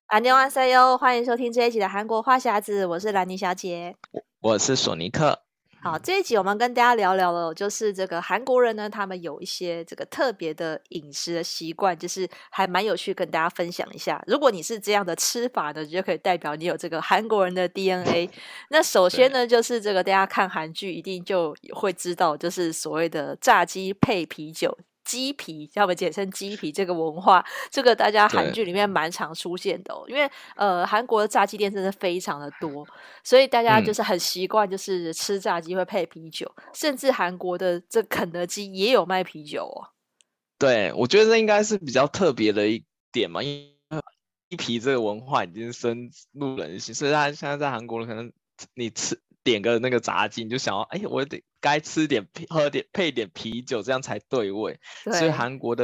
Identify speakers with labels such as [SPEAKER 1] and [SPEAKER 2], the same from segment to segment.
[SPEAKER 1] 안녕하세요，欢迎收听这一集的韩国话匣子，我是兰妮小姐。
[SPEAKER 2] 我是索尼克。
[SPEAKER 1] 好，这一集我们跟大家聊聊了，就是这个韩国人呢，他们有一些这个特别的饮食的习惯，就是还蛮有趣，跟大家分享一下。如果你是这样的吃法呢，就可以代表你有这个韩国人的 DNA。那首先
[SPEAKER 2] 对，
[SPEAKER 1] 呢，就是这个大家看韩剧一定就会知道，就是所谓的炸鸡配啤酒。鸡皮，要么简称鸡皮这个文化，这个大家韩
[SPEAKER 2] 对，
[SPEAKER 1] 剧里面蛮常出现的哦。因为韩国的炸鸡店真的非常的多，所以大家就
[SPEAKER 2] 嗯，
[SPEAKER 1] 是很习惯，就是吃炸鸡会配啤酒，甚至韩国的这肯德基也有卖啤酒哦。
[SPEAKER 2] 对，我觉得这应该是比较特别的一点嘛，因为一皮这个文化已经深入人心，所以他现在在韩国可能你点个那个炸鸡，你就想要，哎，我得该吃点喝点配点啤酒，这样才对味。所以
[SPEAKER 1] 对，
[SPEAKER 2] 韩国的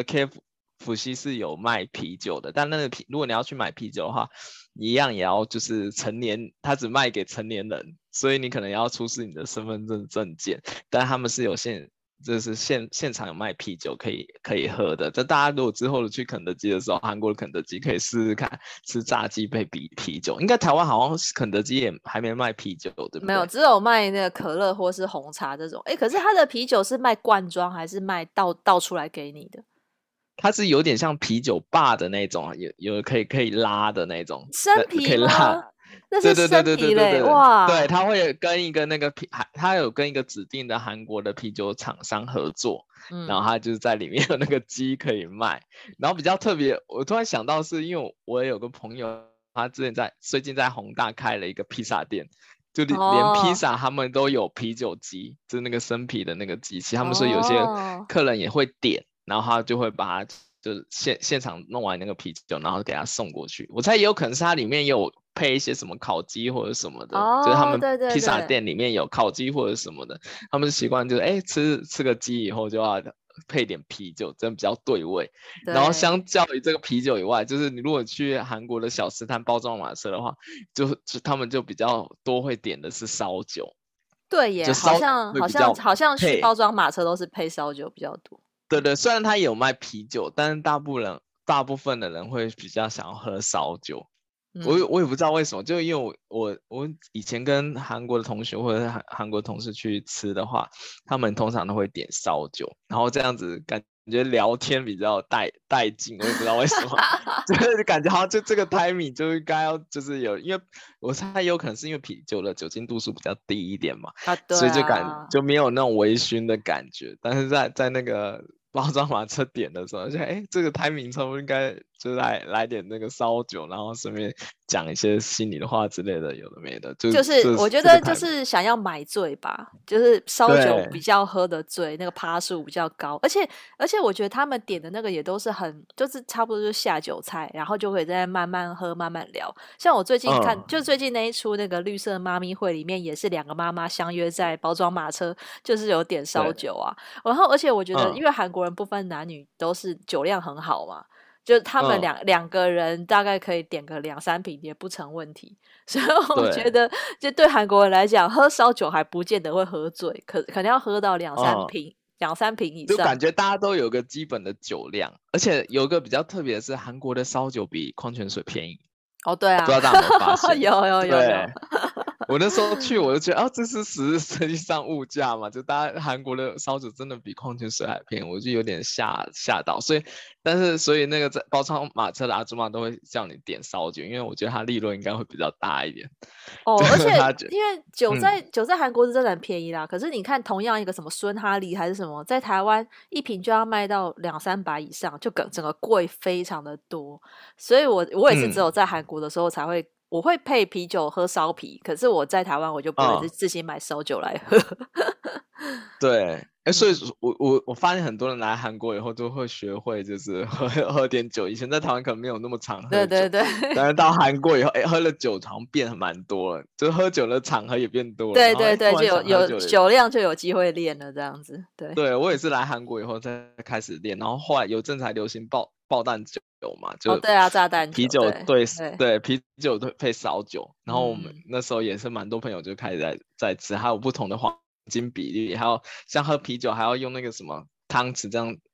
[SPEAKER 2] KFC 是有卖啤酒的，但那个如果你要去买啤酒的话，一样也要就是成年，他只卖给成年人，所以你可能要出示你的身份证证件，但他们是有就是现场有卖啤酒可以喝的。这大家如果之后去肯德基的时候，韩国的肯德基可以试试看吃炸鸡配啤酒。应该台湾好像是肯德基也还没卖啤酒，对不
[SPEAKER 1] 没有，
[SPEAKER 2] 对？
[SPEAKER 1] 只有卖那个可乐或是红茶这种。诶，可是它的啤酒是卖罐装还是卖倒出来给你的？
[SPEAKER 2] 它是有点像啤酒吧的那种，有可以拉的那种，那
[SPEAKER 1] 生啤
[SPEAKER 2] 可以拉。
[SPEAKER 1] 吗？那是
[SPEAKER 2] 对对对对对
[SPEAKER 1] 生啤嘞，
[SPEAKER 2] 对对对，
[SPEAKER 1] 哇！
[SPEAKER 2] 他会跟一个那个他有跟一个指定的韩国的啤酒厂商合作，然后
[SPEAKER 1] 嗯，
[SPEAKER 2] 他就是在里面有那个鸡可以卖。然后比较特别，我突然想到是因为我也有个朋友，他最近在宏大开了一个披萨店，就连披
[SPEAKER 1] 哦
[SPEAKER 2] 萨他们都有啤酒机，就是那个生啤的那个机器，他们说有些
[SPEAKER 1] 哦，
[SPEAKER 2] 客人也会点，然后他就会把它就是现场弄完那个啤酒，然后给他送过去。我猜也有可能是它里面有配一些什么烤鸡或者什么的，就是他
[SPEAKER 1] 哦，
[SPEAKER 2] 们
[SPEAKER 1] 对对
[SPEAKER 2] 披萨
[SPEAKER 1] 对
[SPEAKER 2] 店里面有烤鸡或者什么的，他们是习惯就是吃个鸡以后就要配点啤酒，真的比较对味。然后
[SPEAKER 1] 对。
[SPEAKER 2] 相较于这个啤酒以外，就是你如果去韩国的小吃摊包装马车的话，就他们就比较多会点的是烧酒，
[SPEAKER 1] 对耶，好
[SPEAKER 2] 就烧酒
[SPEAKER 1] 像好
[SPEAKER 2] 会比较
[SPEAKER 1] 像好像去包
[SPEAKER 2] 配。
[SPEAKER 1] 装马车都是配烧酒比较多。
[SPEAKER 2] 对对，虽然他也有卖啤酒，但是大部分的人会比较想要喝烧酒。我
[SPEAKER 1] 嗯，
[SPEAKER 2] 我也不知道为什么，就因为我以前跟韩国的同学或者是韩国同事去吃的话，他们通常都会点烧酒，然后这样子感觉聊天比较带劲，我也不知道为什么，就是感觉好像就这个 timing 就应该要就是有，因为我猜有可能是因为啤酒的酒精度数比较低一点嘛，
[SPEAKER 1] 啊，对
[SPEAKER 2] 所以
[SPEAKER 1] 啊，
[SPEAKER 2] 就没有那种微醺的感觉，但是在那个包装马车点的时候，就这个 timing 差不多应该就来点那个烧酒，然后顺便讲一些心里的话之类的，有的没的，就
[SPEAKER 1] 就是我觉
[SPEAKER 2] 这个
[SPEAKER 1] 得就
[SPEAKER 2] timing。
[SPEAKER 1] 是想要买醉吧，就是烧酒比
[SPEAKER 2] 对，
[SPEAKER 1] 较喝得醉，那个趴数比较高，而且我觉得他们点的那个也都是很就是差不多就是下酒菜，然后就可以在慢慢喝慢慢聊。像我最近看，
[SPEAKER 2] 嗯
[SPEAKER 1] 就最近那一出那个绿色妈咪会里面，也是两个妈妈相约在包装马车，就是有点烧
[SPEAKER 2] 对，
[SPEAKER 1] 酒啊。然后而且我觉得，因
[SPEAKER 2] 嗯
[SPEAKER 1] 为韩国人不分男女都是酒量很好嘛。就他们
[SPEAKER 2] 嗯，
[SPEAKER 1] 两个人大概可以点个两三瓶也不成问题，所以我觉
[SPEAKER 2] 对，
[SPEAKER 1] 得，就对韩国人来讲，喝烧酒还不见得会喝醉，可能要喝到两三
[SPEAKER 2] 嗯，
[SPEAKER 1] 瓶、两三瓶以上。
[SPEAKER 2] 就感觉大家都有个基本的酒量，而且有一个比较特别的是，韩国的烧酒比矿泉水便宜，
[SPEAKER 1] 哦，对啊，
[SPEAKER 2] 不知道大家有没有发现？
[SPEAKER 1] 有，
[SPEAKER 2] 对，我那时候去，我就觉得，这是实际上物价嘛，就大家韩国的烧酒真的比矿泉水还便宜，我就有点吓到。所以那个在包装马车的阿祖玛都会叫你点烧酒，因为我觉得它利润应该会比较大一点。就
[SPEAKER 1] 哦，而且
[SPEAKER 2] 是他觉
[SPEAKER 1] 因为酒
[SPEAKER 2] 嗯，
[SPEAKER 1] 在韩国是真的很便宜啦，可是你看同样一个什么孙哈利还是什么，在台湾一瓶就要卖到两三百以上，就整个贵非常的多。所以我也是只有
[SPEAKER 2] 嗯，
[SPEAKER 1] 在韩国的时候才会，我会配啤酒喝烧啤，可是我在台湾我就不会
[SPEAKER 2] 啊。
[SPEAKER 1] 自行买烧酒来喝。
[SPEAKER 2] 对，所以
[SPEAKER 1] 嗯，
[SPEAKER 2] 我发现很多人来韩国以后都会学会，就是喝点酒。以前在台湾可能没有那么常喝酒，
[SPEAKER 1] 对对对
[SPEAKER 2] 但是到韩国以后，喝了酒好像变蛮多了，就是喝酒的场合也变多了，然后
[SPEAKER 1] 对对对，就
[SPEAKER 2] 突然
[SPEAKER 1] 有有
[SPEAKER 2] 想喝酒了。
[SPEAKER 1] 酒量就有机会练了这样子。对，
[SPEAKER 2] 对，我也是来韩国以后才开始练，然后后来有阵才流行爆弹酒嘛，
[SPEAKER 1] 哦
[SPEAKER 2] 就
[SPEAKER 1] 对啊，炸弹酒，
[SPEAKER 2] 啤酒
[SPEAKER 1] 对
[SPEAKER 2] 对
[SPEAKER 1] 对，
[SPEAKER 2] 对啤酒对配烧酒，然后我们
[SPEAKER 1] 嗯。
[SPEAKER 2] 那时候也是蛮多朋友就开始在吃，还有不同的黄金比例，还有像喝啤酒还要用那个什么汤匙这样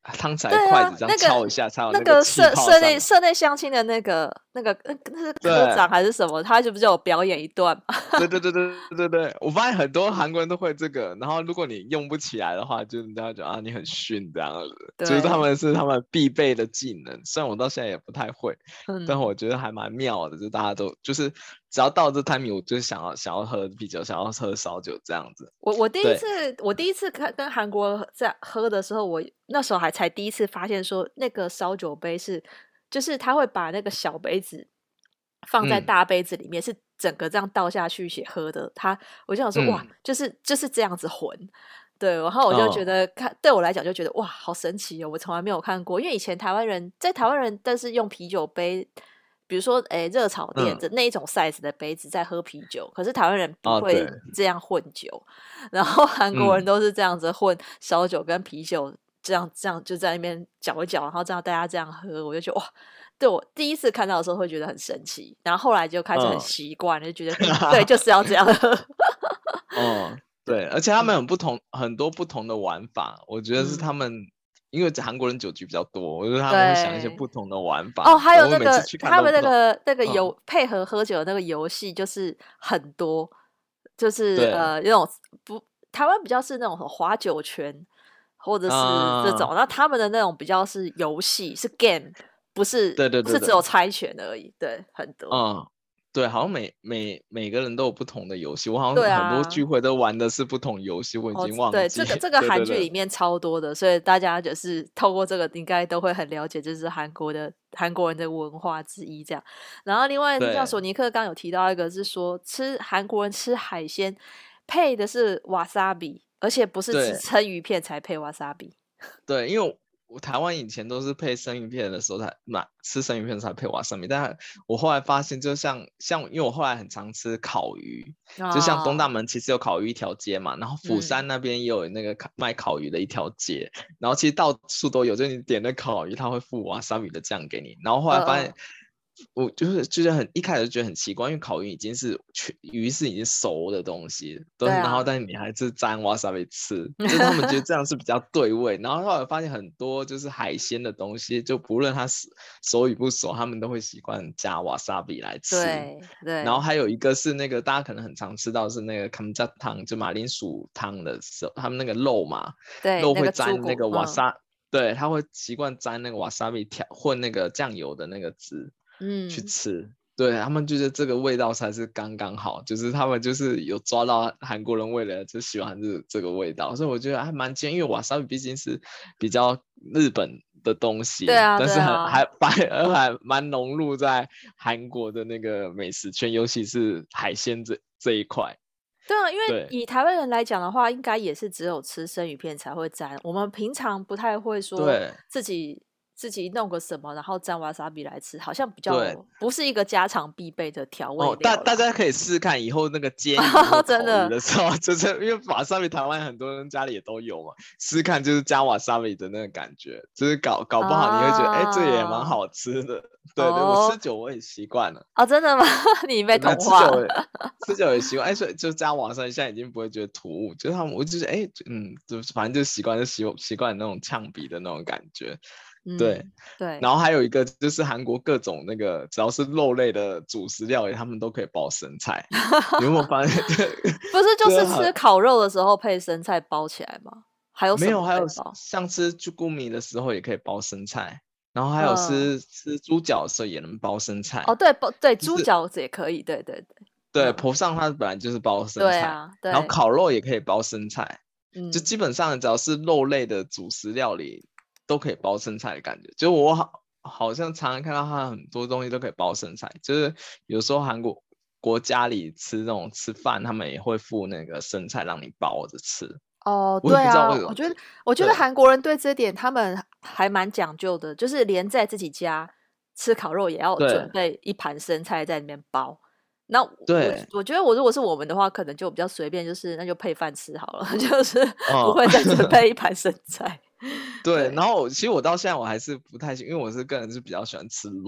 [SPEAKER 2] 汤匙还
[SPEAKER 1] 对
[SPEAKER 2] 是筷子
[SPEAKER 1] 啊，
[SPEAKER 2] 这样敲一下才有
[SPEAKER 1] 那
[SPEAKER 2] 那个
[SPEAKER 1] 个社
[SPEAKER 2] 气泡
[SPEAKER 1] 社内
[SPEAKER 2] 上来。
[SPEAKER 1] 社内相亲的那是科
[SPEAKER 2] 对，
[SPEAKER 1] 长还是什么，他是不是有表演一段嘛？
[SPEAKER 2] 对对对对对对，我发现很多韩国人都会这个，然后如果你用不起来的话，就人家觉得啊你很逊这样子，就是他
[SPEAKER 1] 对，
[SPEAKER 2] 们是他们必备的技能。虽然我到现在也不太会，但
[SPEAKER 1] 嗯。
[SPEAKER 2] 我觉得还蛮妙的，就大家都就是只要到这 timing，我就想要喝啤酒，想要喝烧酒这样子。对，
[SPEAKER 1] 我第一次跟韩国在喝的时候，我那时候才第一次发现说，那个烧酒杯就是他会把那个小杯子放在
[SPEAKER 2] 嗯
[SPEAKER 1] 大杯子里面，是整个这样倒下去血喝的。我就想说，哇，
[SPEAKER 2] 嗯
[SPEAKER 1] 就是这样子混。对，然后我就觉
[SPEAKER 2] 嗯
[SPEAKER 1] 得对我来讲就觉得哇，好神奇哦！我从来没有看过，因为以前台湾人，但是用啤酒杯，比如说热炒店
[SPEAKER 2] 嗯，
[SPEAKER 1] 的那一种 size 的杯子在喝啤酒，可是台湾人不
[SPEAKER 2] 哦对，
[SPEAKER 1] 会这样混酒，然后韩国人
[SPEAKER 2] 嗯
[SPEAKER 1] 都是这样子混烧酒跟啤酒，这样就在那边搅一搅，然后这样大家这样喝，我就觉得哇，对我第一次看到的时候会觉得很神奇，然后后来就开始很
[SPEAKER 2] 嗯，
[SPEAKER 1] 习惯，就觉得对，就是要这样喝。
[SPEAKER 2] 嗯，对，而且他们
[SPEAKER 1] 嗯
[SPEAKER 2] 很多不同的玩法，我觉得是他
[SPEAKER 1] 嗯，
[SPEAKER 2] 们，因为韩国人酒局比较多，我觉得他们会想一些
[SPEAKER 1] 对。
[SPEAKER 2] 不同的玩
[SPEAKER 1] 哦，
[SPEAKER 2] 法，
[SPEAKER 1] 还有
[SPEAKER 2] 我每次去看
[SPEAKER 1] 他们
[SPEAKER 2] 都不同。
[SPEAKER 1] 那个
[SPEAKER 2] 嗯，
[SPEAKER 1] 配合喝酒的那个游戏就是很多，就是
[SPEAKER 2] 对，
[SPEAKER 1] 那种不台湾比较是那种划酒拳，或者是这种，
[SPEAKER 2] 嗯，
[SPEAKER 1] 那他们的那种比较是游戏，是 game，
[SPEAKER 2] 对对
[SPEAKER 1] 不是只
[SPEAKER 2] 对对，
[SPEAKER 1] 有猜拳而已，对，很多。
[SPEAKER 2] 嗯，对，好像每个人都有不同的游戏，我好
[SPEAKER 1] 对
[SPEAKER 2] 像很多聚
[SPEAKER 1] 啊，
[SPEAKER 2] 会都玩的是不同游戏，我已
[SPEAKER 1] 哦，
[SPEAKER 2] 经忘
[SPEAKER 1] 对，
[SPEAKER 2] 记。
[SPEAKER 1] 这个
[SPEAKER 2] 对对对
[SPEAKER 1] 韩剧里面超多的，所以大家就是透过这个应该都会很了解，这是韩国人的文化之一这样。然后另外像
[SPEAKER 2] 对
[SPEAKER 1] 索尼克刚有提到一个是说，韩国人吃海鲜配的是瓦萨比，而且不是吃
[SPEAKER 2] 对，
[SPEAKER 1] 生鱼片才配瓦萨比。
[SPEAKER 2] 对，因为我台湾以前都是配生鱼片的时候才吃生鱼片才配瓦萨米，但我后来发现，就像因为我后来很常吃烤鱼，就像东大
[SPEAKER 1] 哦，
[SPEAKER 2] 门其实有烤鱼一条街嘛，然后釜
[SPEAKER 1] 嗯，
[SPEAKER 2] 山那边也有那个卖烤鱼的一条街，然后其实到处都有，就是你点那烤鱼，他会附瓦萨米的酱给你，然后后来发现。我就是一开始就觉得很奇怪，因为烤鱼已经是鱼是已经熟的东西，都是然后
[SPEAKER 1] 对啊，
[SPEAKER 2] 但是你还是沾 wasabi 吃，就是他们觉得这样是比较对味。然后后来发现很多就是海鲜的东西，就不论它熟与不熟，他们都会习惯加 wasabi 来吃。
[SPEAKER 1] 对对
[SPEAKER 2] 然后还有一个是那个大家可能很常吃到是那个 kamjat 汤，就马铃薯汤的时候，他们那个肉嘛，
[SPEAKER 1] 对，
[SPEAKER 2] 肉会
[SPEAKER 1] 那个猪骨，
[SPEAKER 2] 沾那个
[SPEAKER 1] 嗯
[SPEAKER 2] wasabi。对，他会习惯沾那个 wasabi 混那个酱油的那个汁，去
[SPEAKER 1] 嗯。
[SPEAKER 2] 吃。对他们觉得这个味道才是刚刚好，就是他们就是有抓到韩国人为了就喜欢这个味道，所以我觉得还蛮惊艳，因为瓦萨比毕竟是比较日本的东西，
[SPEAKER 1] 对啊，
[SPEAKER 2] 但是
[SPEAKER 1] 对啊，
[SPEAKER 2] 还蛮融入在韩国的那个美食圈，尤其是海鲜这一块。
[SPEAKER 1] 对啊，因为
[SPEAKER 2] 对
[SPEAKER 1] 以台湾人来讲的话，应该也是只有吃生鱼片才会沾。我们平常不太会说
[SPEAKER 2] 对
[SPEAKER 1] 自己弄个什么，然后沾瓦萨比来吃，好像比
[SPEAKER 2] 对，
[SPEAKER 1] 较不是一个家常必备的调味
[SPEAKER 2] 哦，大
[SPEAKER 1] 料啦。
[SPEAKER 2] 大家可以试试看，以后那个煎鱼或
[SPEAKER 1] 真
[SPEAKER 2] 烤鱼
[SPEAKER 1] 的
[SPEAKER 2] 的时候，就是因为瓦萨比台湾很多人家里也都有嘛，试试看就是加瓦萨比的那个感觉，就是搞不好你会觉得，哎，这也蛮
[SPEAKER 1] 啊，
[SPEAKER 2] 好吃的。对对，我吃
[SPEAKER 1] 哦
[SPEAKER 2] 久我也习惯了，
[SPEAKER 1] 哦，真的吗？你被
[SPEAKER 2] 那
[SPEAKER 1] 同化了。
[SPEAKER 2] 吃久也习惯，哎，所以就加瓦萨比现在已经不会觉得突兀，就是他们我就是哎，就反正就习惯那种呛鼻的那种感觉。对，
[SPEAKER 1] 嗯，对，
[SPEAKER 2] 然后还有一个就是韩国各种那个只要是肉类的主食料理，他们都可以包生菜。你有没有发现？
[SPEAKER 1] 不是就是吃
[SPEAKER 2] 这很
[SPEAKER 1] 烤肉的时候配生菜包起来吗？还有
[SPEAKER 2] 没有，
[SPEAKER 1] 什么
[SPEAKER 2] 还有
[SPEAKER 1] 可以包？
[SPEAKER 2] 像吃猪骨米的时候也可以包生菜，然后还有
[SPEAKER 1] 嗯，
[SPEAKER 2] 吃猪脚的时候也能包生
[SPEAKER 1] 哦，
[SPEAKER 2] 菜，
[SPEAKER 1] 对，对，
[SPEAKER 2] 就是
[SPEAKER 1] 猪脚子也可以，对对对，
[SPEAKER 2] 对，
[SPEAKER 1] 嗯，
[SPEAKER 2] 蒲上它本来就是包生菜，
[SPEAKER 1] 对啊，
[SPEAKER 2] 然后
[SPEAKER 1] 对，
[SPEAKER 2] 烤肉也可以包生菜，就
[SPEAKER 1] 嗯，
[SPEAKER 2] 基本上只要是肉类的主食料理都可以包生菜的感觉。就我好像常常看到它很多东西都可以包生菜，就是有时候国家里吃那种吃饭，他们也会附那个生菜让你包着吃，
[SPEAKER 1] 哦，
[SPEAKER 2] 我也不知道
[SPEAKER 1] 对啊，
[SPEAKER 2] 为什么。
[SPEAKER 1] 我觉得
[SPEAKER 2] 对
[SPEAKER 1] 韩国人对这点他们还蛮讲究的，就是连在自己家吃烤肉也要准
[SPEAKER 2] 对
[SPEAKER 1] 备一盘生菜在里面包。那
[SPEAKER 2] 对，
[SPEAKER 1] 我觉得如果是我们的话，可能就比较随便，就是那就配饭吃好了，就是不
[SPEAKER 2] 嗯。
[SPEAKER 1] 会再准备一盘生菜。
[SPEAKER 2] 对，
[SPEAKER 1] 对，
[SPEAKER 2] 然后其实我到现在我还是不太喜，因为我是个人是比较喜欢吃肉，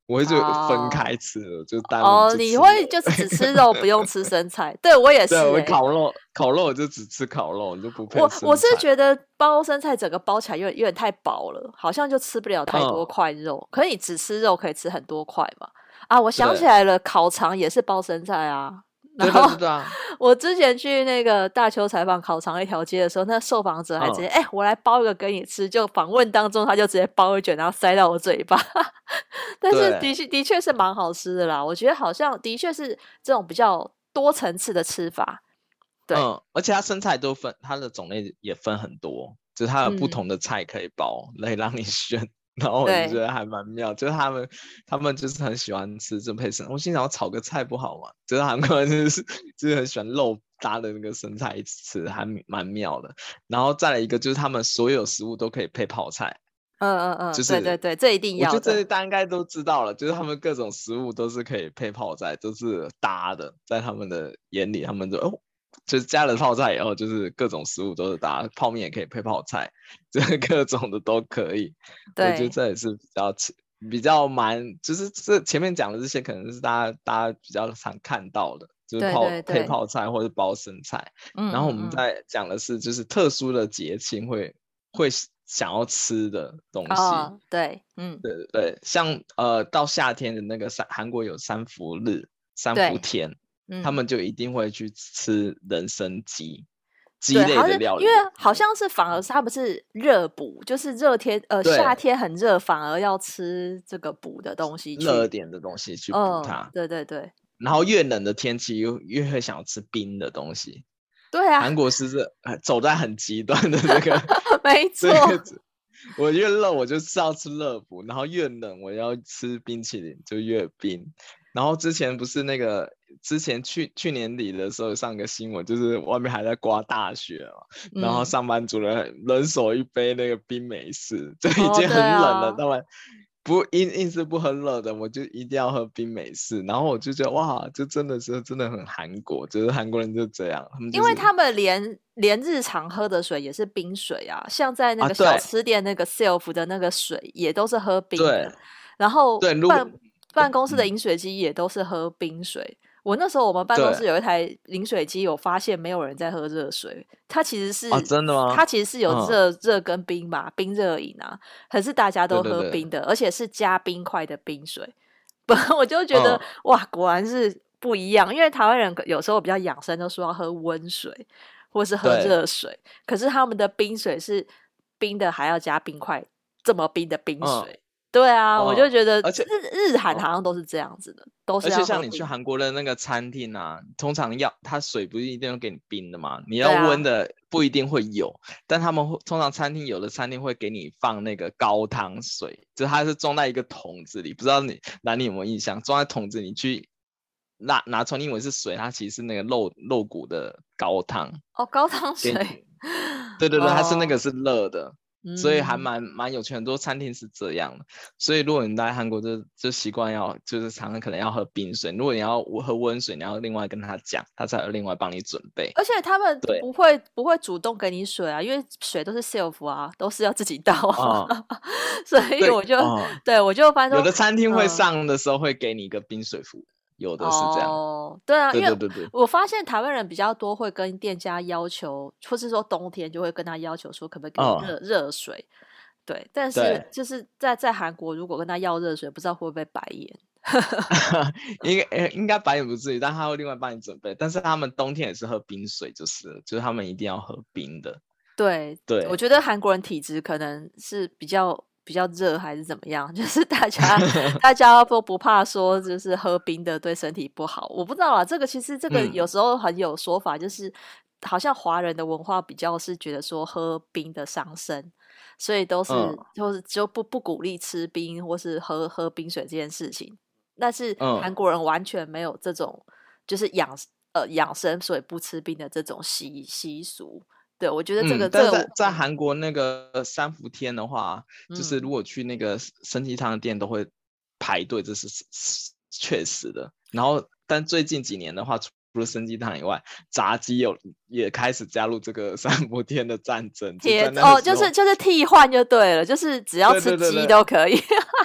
[SPEAKER 2] 我会就分
[SPEAKER 1] 哦
[SPEAKER 2] 开吃了，就单门
[SPEAKER 1] 哦，
[SPEAKER 2] 就吃肉。
[SPEAKER 1] 你会就是只吃肉，不用吃生菜。对我也
[SPEAKER 2] 对，我
[SPEAKER 1] 是欸，
[SPEAKER 2] 烤肉我就只吃烤肉，我就不配
[SPEAKER 1] 我是
[SPEAKER 2] 生菜。
[SPEAKER 1] 觉得包生菜整个包起来有点太薄了，好像就吃不了太多
[SPEAKER 2] 嗯，
[SPEAKER 1] 块肉。可是你只吃肉可以吃很多块嘛？啊，我想起
[SPEAKER 2] 对，
[SPEAKER 1] 来了，烤肠也是包生菜啊。然
[SPEAKER 2] 对对
[SPEAKER 1] 后
[SPEAKER 2] 对对啊，
[SPEAKER 1] 我之前去那个大邱采访烤肠一条街的时候，那受访者还直接
[SPEAKER 2] 嗯，
[SPEAKER 1] 我来包一个给你吃，就访问当中他就直接包一卷，然后塞到我嘴巴。但是
[SPEAKER 2] 对，
[SPEAKER 1] 的确是蛮好吃的啦，我觉得好像的确是这种比较多层次的吃法。对，
[SPEAKER 2] 而且它生菜都分，它的种类也分很多，就是它有不
[SPEAKER 1] 嗯，
[SPEAKER 2] 同的菜可以包，可以让你选。然后我就觉
[SPEAKER 1] 对。
[SPEAKER 2] 得还蛮妙，就是他们就是很喜欢吃这配生。我心想炒个菜不好吗？就是韩国人就是很喜欢肉搭的那个生菜一起吃，还蛮妙的。然后再来一个就是他们所有食物都可以配泡菜，
[SPEAKER 1] 对对，这一定
[SPEAKER 2] 我觉得这
[SPEAKER 1] 要的。
[SPEAKER 2] 大家应该都知道了，就是他们各种食物都是可以配泡菜，都是搭的，在他们的眼里，他们就是加了泡菜以后，就是各种食物都是搭，泡面也可以配泡菜，就是各种的都可以。我觉得
[SPEAKER 1] 对
[SPEAKER 2] 这也是比较就是这前面讲的这些，可能是大家比较常看到的，就是
[SPEAKER 1] 对对
[SPEAKER 2] 配
[SPEAKER 1] 对，
[SPEAKER 2] 泡菜或者包生菜。
[SPEAKER 1] 嗯
[SPEAKER 2] 然后我们
[SPEAKER 1] 嗯嗯，
[SPEAKER 2] 在讲的是，就是特殊的节庆会想要吃的东西。
[SPEAKER 1] 哦，对，嗯，
[SPEAKER 2] 对，像到夏天的那个韩国有三伏
[SPEAKER 1] 对，
[SPEAKER 2] 天，他
[SPEAKER 1] 嗯。
[SPEAKER 2] 们就一定会去吃人参鸡
[SPEAKER 1] 对，
[SPEAKER 2] 类
[SPEAKER 1] 好像因为
[SPEAKER 2] 的料理。
[SPEAKER 1] 好像是反而是他们是热补，就是夏
[SPEAKER 2] 对，
[SPEAKER 1] 天很热，反而要吃这个补的东西去。
[SPEAKER 2] 热点的东西去补它。
[SPEAKER 1] 对对对，
[SPEAKER 2] 然后越冷的天气越会想要吃冰的东西。
[SPEAKER 1] 对啊，
[SPEAKER 2] 韩国是走在很极端的这个
[SPEAKER 1] 没错，
[SPEAKER 2] 这个，我越热我就是要吃热补，然后越冷我要吃冰淇淋就越冰。然后之前不是之前去年底的时候上个新闻，就是外面还在刮大雪嘛，然后
[SPEAKER 1] 嗯，
[SPEAKER 2] 上班族人手一杯那个冰美式，就已
[SPEAKER 1] 哦，
[SPEAKER 2] 经
[SPEAKER 1] 对
[SPEAKER 2] 很冷了，
[SPEAKER 1] 啊，
[SPEAKER 2] 他们不硬是不喝热的，我就一定要喝冰美式。然后我就觉得哇，这真的很韩国，就是韩国人就这样，他们就是
[SPEAKER 1] 因为他们连日常喝的水也是冰水啊，像在那个小
[SPEAKER 2] 对
[SPEAKER 1] 吃店那个 self 的那个水也都是喝冰
[SPEAKER 2] 对
[SPEAKER 1] 的，然后
[SPEAKER 2] 对，如果
[SPEAKER 1] 办公室的
[SPEAKER 2] 嗯
[SPEAKER 1] 饮水机也都是喝冰水。我那时候我们办公
[SPEAKER 2] 对
[SPEAKER 1] 室有一台饮水机，有发现没有人在喝热水，
[SPEAKER 2] 真的吗？
[SPEAKER 1] 它其实是有
[SPEAKER 2] 嗯，
[SPEAKER 1] 热跟冰嘛，冰热饮啊，可是大家都
[SPEAKER 2] 对对对，
[SPEAKER 1] 喝冰的，而且是加冰块的冰水。不，我就觉得
[SPEAKER 2] 嗯
[SPEAKER 1] 哇，果然是不一样。因为台湾人有时候比较养生，都说要喝温水或是喝
[SPEAKER 2] 对，
[SPEAKER 1] 热水，可是他们的冰水是冰的，还要加冰块，这么冰的冰
[SPEAKER 2] 嗯
[SPEAKER 1] 水。对啊，我就
[SPEAKER 2] 嗯，
[SPEAKER 1] 觉得
[SPEAKER 2] 而且
[SPEAKER 1] 日韩
[SPEAKER 2] 嗯。
[SPEAKER 1] 好像都是这样子的，都是
[SPEAKER 2] 而且
[SPEAKER 1] 要喝冰。
[SPEAKER 2] 像你去韩国的那个餐厅啊，通常它水不是一定要给你冰的嘛，你要温
[SPEAKER 1] 对啊，
[SPEAKER 2] 的不一定会有，但他们通常有的餐厅会给你放那个高汤水，就它是装在一个桶子里，不知道你有没有印象？装在桶子里去拿出来，你以为是水，它其实是那个肉骨的高汤。
[SPEAKER 1] 哦，高汤
[SPEAKER 2] 给
[SPEAKER 1] 水，
[SPEAKER 2] 对对对，它是那
[SPEAKER 1] 哦，
[SPEAKER 2] 个是热的，所以还
[SPEAKER 1] 嗯。
[SPEAKER 2] 蛮有趣，很多餐厅是这样的。所以如果你来韩国就习惯就是常常可能要喝冰水，如果你要喝温水，你要另外跟他讲，他才有另外帮你准备。
[SPEAKER 1] 而且他们
[SPEAKER 2] 对
[SPEAKER 1] 不会主动给你水啊，因为水都是 self 啊，都是要自己倒啊，
[SPEAKER 2] 啊、
[SPEAKER 1] 所以
[SPEAKER 2] 对啊、
[SPEAKER 1] 我就发现说，
[SPEAKER 2] 有的餐厅会
[SPEAKER 1] 嗯，
[SPEAKER 2] 上的时候会给你一个冰水壶，有的是这样。
[SPEAKER 1] 哦，对啊，
[SPEAKER 2] 对
[SPEAKER 1] 因为
[SPEAKER 2] 对对对
[SPEAKER 1] 我发现台湾人比较多会跟店家要求，或是说冬天就会跟他要求说，可不可以给我
[SPEAKER 2] 嗯，
[SPEAKER 1] 热水？对，但是
[SPEAKER 2] 对，
[SPEAKER 1] 就是在韩国，如果跟他要热水，不知道会不会被白眼。
[SPEAKER 2] 应该白眼不至于，但他会另外帮你准备。但是他们冬天也是喝冰水，就是他们一定要喝冰的。
[SPEAKER 1] 对，我
[SPEAKER 2] 对，
[SPEAKER 1] 觉得韩国人体质可能是比较热还是怎么样，就是大家都不怕说就是喝冰的对身体不好，我不知道啦。其实这个有
[SPEAKER 2] 嗯
[SPEAKER 1] 时候很有说法，就是好像华人的文化比较是觉得说喝冰的伤身，所以
[SPEAKER 2] 嗯
[SPEAKER 1] 就不鼓励吃冰或是喝冰水这件事情。但是韩
[SPEAKER 2] 嗯。
[SPEAKER 1] 国人完全没有这种就是养生所以不吃冰的这种习俗。对，我觉得这个
[SPEAKER 2] 但是
[SPEAKER 1] 我
[SPEAKER 2] 在韩国那个三伏天的话，就是
[SPEAKER 1] 嗯，
[SPEAKER 2] 如果去那个生鸡汤的店都会排队，这是确实的。然后，但最近几年的话，除了生鸡汤以外，炸鸡也开始加入这个三伏天的战争，就在那个
[SPEAKER 1] 就是
[SPEAKER 2] 时候，
[SPEAKER 1] 替换就对了，就是只要
[SPEAKER 2] 对
[SPEAKER 1] 吃鸡
[SPEAKER 2] 对对对，
[SPEAKER 1] 都可以。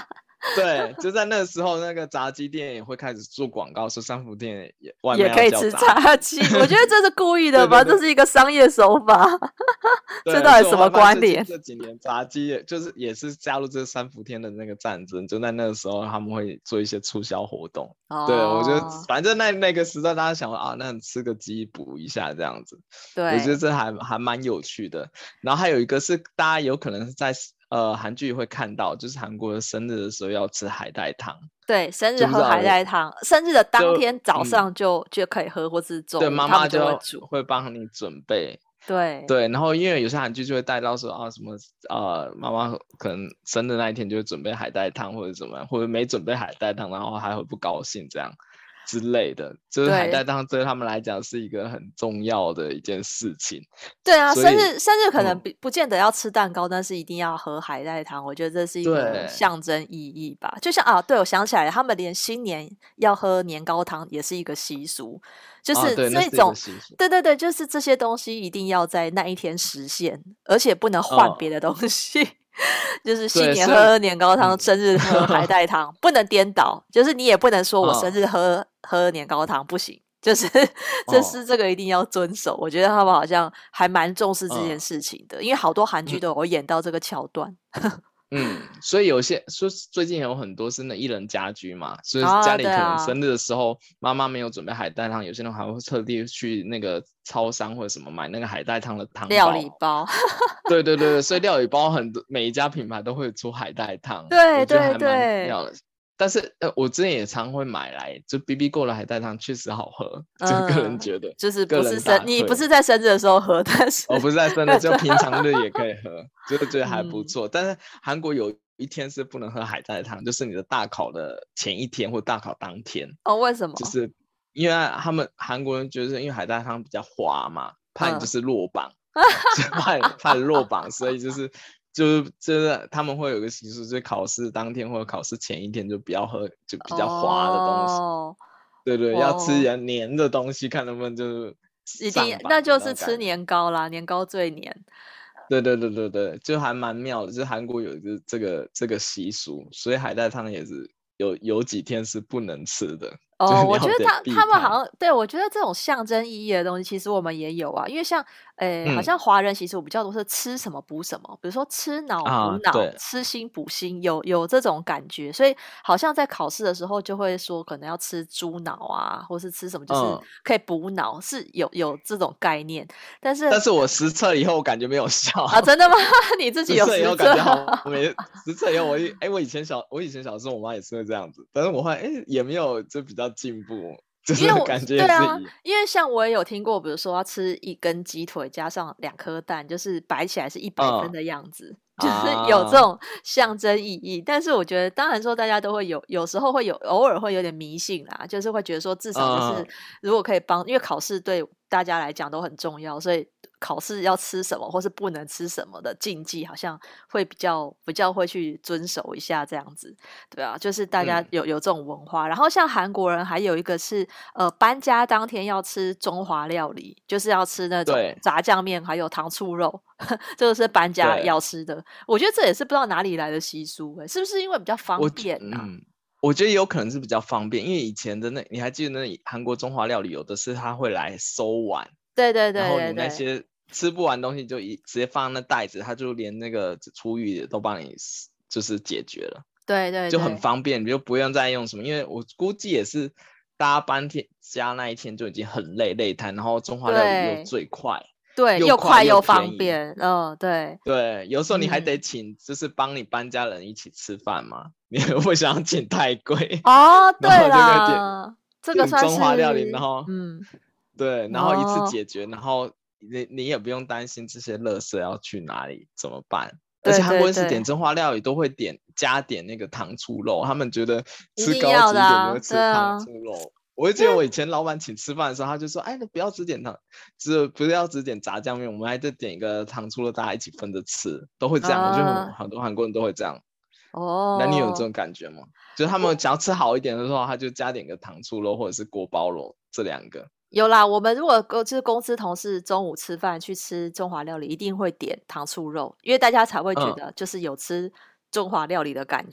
[SPEAKER 2] 对，就在那个时候，那个炸鸡店也会开始做广告，说三福店外
[SPEAKER 1] 也
[SPEAKER 2] 面
[SPEAKER 1] 可以吃
[SPEAKER 2] 要叫炸
[SPEAKER 1] 炸鸡，我觉得这是故意的吧，
[SPEAKER 2] 对对对
[SPEAKER 1] 这是一个商业手法，这
[SPEAKER 2] 对，
[SPEAKER 1] 到底什么
[SPEAKER 2] 所以我还发现
[SPEAKER 1] 关联？
[SPEAKER 2] 这几年炸鸡也是加入这三伏天的那个战争，就在那个时候他们会做一些促销活动。对，我觉得
[SPEAKER 1] 哦，
[SPEAKER 2] 反正那个时代大家想说啊，那吃个鸡补一下这样子，我觉得
[SPEAKER 1] 对
[SPEAKER 2] 这还蛮有趣的。然后还有一个是大家有可能是在韩剧会看到，就是韩国的生日的时候要吃海带汤，
[SPEAKER 1] 对，生日
[SPEAKER 2] 就不知
[SPEAKER 1] 喝海
[SPEAKER 2] 道有
[SPEAKER 1] 带汤，生日的当
[SPEAKER 2] 就
[SPEAKER 1] 天早上就可以喝，或是
[SPEAKER 2] 对，
[SPEAKER 1] 中午他们
[SPEAKER 2] 妈妈就
[SPEAKER 1] 就会煮。
[SPEAKER 2] 会帮你准备。
[SPEAKER 1] 对
[SPEAKER 2] 对，然后因为有些韩剧就会带到说啊什么妈妈可能生日那一天就会准备海带汤或者什么，或者没准备海带汤，然后还会不高兴这样之类的。就是海带
[SPEAKER 1] 对
[SPEAKER 2] 汤对他们来讲是一个很重要的一件事情，
[SPEAKER 1] 对啊，
[SPEAKER 2] 所以
[SPEAKER 1] 生日可能不见得要吃蛋糕，但是一定要喝海带汤，我觉得这是一个
[SPEAKER 2] 对
[SPEAKER 1] 象征意义吧。就像啊，对，我想起来了，他们连新年要喝年糕汤也是一个习俗，就是
[SPEAKER 2] 对，那是一个
[SPEAKER 1] 这种，
[SPEAKER 2] 习俗。
[SPEAKER 1] 对对对，就是这些东西一定要在那一天实现，而且不能换别的东西。就是新
[SPEAKER 2] 对，
[SPEAKER 1] 年
[SPEAKER 2] 所以
[SPEAKER 1] 喝年糕汤，生日喝海带汤，不能颠倒。就是你也不能说我生日喝年糕汤不行，就是这个一定要遵守。我觉得他们好像还蛮重视这件事情的，因为好多韩剧都有演到这个桥段。
[SPEAKER 2] 所以有些说最近有很多是那一人家居嘛，所以家
[SPEAKER 1] 啊，
[SPEAKER 2] 里可能
[SPEAKER 1] 对啊，
[SPEAKER 2] 生日的时候妈妈没有准备海带汤，有些人还会特地去那个超商或者什么买那个海带汤的汤
[SPEAKER 1] 料理
[SPEAKER 2] 包。
[SPEAKER 1] 包，
[SPEAKER 2] 对对对，所以料理包很多，每一家品牌都会出海带汤，我觉得
[SPEAKER 1] 对对
[SPEAKER 2] 还蛮
[SPEAKER 1] 对，
[SPEAKER 2] 妙的。但是我之前也常会买来，就 BB 过的海带汤确实好喝，就个人
[SPEAKER 1] 嗯，
[SPEAKER 2] 觉得，
[SPEAKER 1] 就是
[SPEAKER 2] 个人打
[SPEAKER 1] 你不
[SPEAKER 2] 推。
[SPEAKER 1] 是在生日的时候喝，但是
[SPEAKER 2] 不是在生日，就平常日也可以喝，就觉得还不
[SPEAKER 1] 嗯，
[SPEAKER 2] 错。但是韩国有一天是不能喝海带汤，就是你的大考的前一天或大考当天，
[SPEAKER 1] 哦，为什么？
[SPEAKER 2] 就是因为他们韩国人觉得因为海带汤比较滑嘛，怕你就
[SPEAKER 1] 嗯，
[SPEAKER 2] 是落榜，就怕你落榜，所以就是他们会有个习俗，就是考试当天或者考试前一天就不要喝就比较滑的东西。
[SPEAKER 1] 哦
[SPEAKER 2] 对对，要吃
[SPEAKER 1] 哦，
[SPEAKER 2] 点黏的东西，看能不能就是
[SPEAKER 1] 一定
[SPEAKER 2] 上榜的
[SPEAKER 1] 那就是吃
[SPEAKER 2] 那种感觉。
[SPEAKER 1] 年糕啦，年糕最黏。
[SPEAKER 2] 对对对对对，就还蛮妙的，就是韩国有一个这个习俗，所以海带汤也是有几天是不能吃的，就
[SPEAKER 1] 哦，
[SPEAKER 2] 是你要得
[SPEAKER 1] 我觉得他们好
[SPEAKER 2] 避开。
[SPEAKER 1] 像对我觉得这种象征意义的东西，其实我们也有啊。因为像好
[SPEAKER 2] 嗯
[SPEAKER 1] 像华人习俗比较多是吃什么补什么，比如说吃脑补脑，
[SPEAKER 2] 对，
[SPEAKER 1] 吃心补心，有这种感觉。所以好像在考试的时候就会说，可能要吃猪脑啊，或是吃什么，就是
[SPEAKER 2] 嗯，
[SPEAKER 1] 可以补脑，是有这种概念。但是
[SPEAKER 2] 但是我实测以后我感觉没有效，
[SPEAKER 1] 啊，真的吗？你自己
[SPEAKER 2] 实测以
[SPEAKER 1] 有实测？
[SPEAKER 2] 后感觉好没，实测以后我以前小时候我妈也是会这样子，但是我发现也没有就比较进步，就
[SPEAKER 1] 因为我
[SPEAKER 2] 是感觉
[SPEAKER 1] 对啊，
[SPEAKER 2] 也是一样。
[SPEAKER 1] 因为像我也有听过，比如说要吃一根鸡腿加上2颗蛋，就是摆起来是100分
[SPEAKER 2] 嗯
[SPEAKER 1] 的样子，就是有这
[SPEAKER 2] 啊
[SPEAKER 1] 种象征意义。但是我觉得，当然说大家都会有时候会偶尔会有点迷信啦，就是会觉得说至少就是如果可以帮，因为考试对大家来讲都很重要，所以考试要吃什么或是不能吃什么的禁忌，好像会比较会去遵守一下这样子。对啊，就是大家有这种文化。然后像韩国人还有一个是搬家当天要吃中华料理，就是要吃那种
[SPEAKER 2] 对
[SPEAKER 1] 炸酱面还有糖醋肉，这个是搬家
[SPEAKER 2] 对，
[SPEAKER 1] 要吃的。我觉得这也是不知道哪里来的习俗、是不是因为比较方便啊？
[SPEAKER 2] 我觉得有可能是比较方便，因为以前的你还记得那韩国中华料理有的是他会来收碗，
[SPEAKER 1] 对对
[SPEAKER 2] 然后你
[SPEAKER 1] 对对对，
[SPEAKER 2] 那些吃不完东西就直接放在那袋子，他就连那个厨余都帮你就是解决了，
[SPEAKER 1] 对对
[SPEAKER 2] 就很
[SPEAKER 1] 对
[SPEAKER 2] 方便，你就不用再用什么，因为我估计也是大家搬家那一天就已经很累瘫，然后中华料理又
[SPEAKER 1] 对
[SPEAKER 2] 最快，
[SPEAKER 1] 对，
[SPEAKER 2] 又
[SPEAKER 1] 又快又
[SPEAKER 2] 便宜。
[SPEAKER 1] 方便，对，
[SPEAKER 2] 对，有时候你还得
[SPEAKER 1] 嗯，
[SPEAKER 2] 请，就是帮你搬家人一起吃饭嘛，你又不想请太贵，
[SPEAKER 1] 哦，
[SPEAKER 2] 然后
[SPEAKER 1] 对
[SPEAKER 2] 就可以
[SPEAKER 1] 啦，这个
[SPEAKER 2] 点
[SPEAKER 1] 算
[SPEAKER 2] 中华料理，然
[SPEAKER 1] 是，
[SPEAKER 2] 后对，然后一次
[SPEAKER 1] 哦，
[SPEAKER 2] 解决，然后你也不用担心这些垃圾要去哪里怎么办。而且
[SPEAKER 1] 对
[SPEAKER 2] 韩国人是
[SPEAKER 1] 对对，
[SPEAKER 2] 点中华料理都会加点那个糖醋肉，他们觉得
[SPEAKER 1] 一定
[SPEAKER 2] 吃高
[SPEAKER 1] 要的啊，
[SPEAKER 2] 级一点就会
[SPEAKER 1] 对
[SPEAKER 2] 吃糖
[SPEAKER 1] 啊，
[SPEAKER 2] 醋肉。我会记得我以前老板请吃饭的时候，他就说：“哎，你不要只点不要只点炸酱面，我们还得点一个糖醋肉，大家一起分着吃。”都会这样，我觉得
[SPEAKER 1] 啊，
[SPEAKER 2] 很多韩国人都会这样。那你有这
[SPEAKER 1] 哦，
[SPEAKER 2] 种感觉吗？就是他们想要吃好一点的时候，他就加点个糖醋肉或者是锅包肉这两个。
[SPEAKER 1] 有啦，我们如果就是公司同事中午吃饭去吃中华料理，一定会点糖醋肉，因为大家才会觉
[SPEAKER 2] 嗯，
[SPEAKER 1] 得就是有吃中华料理的感觉。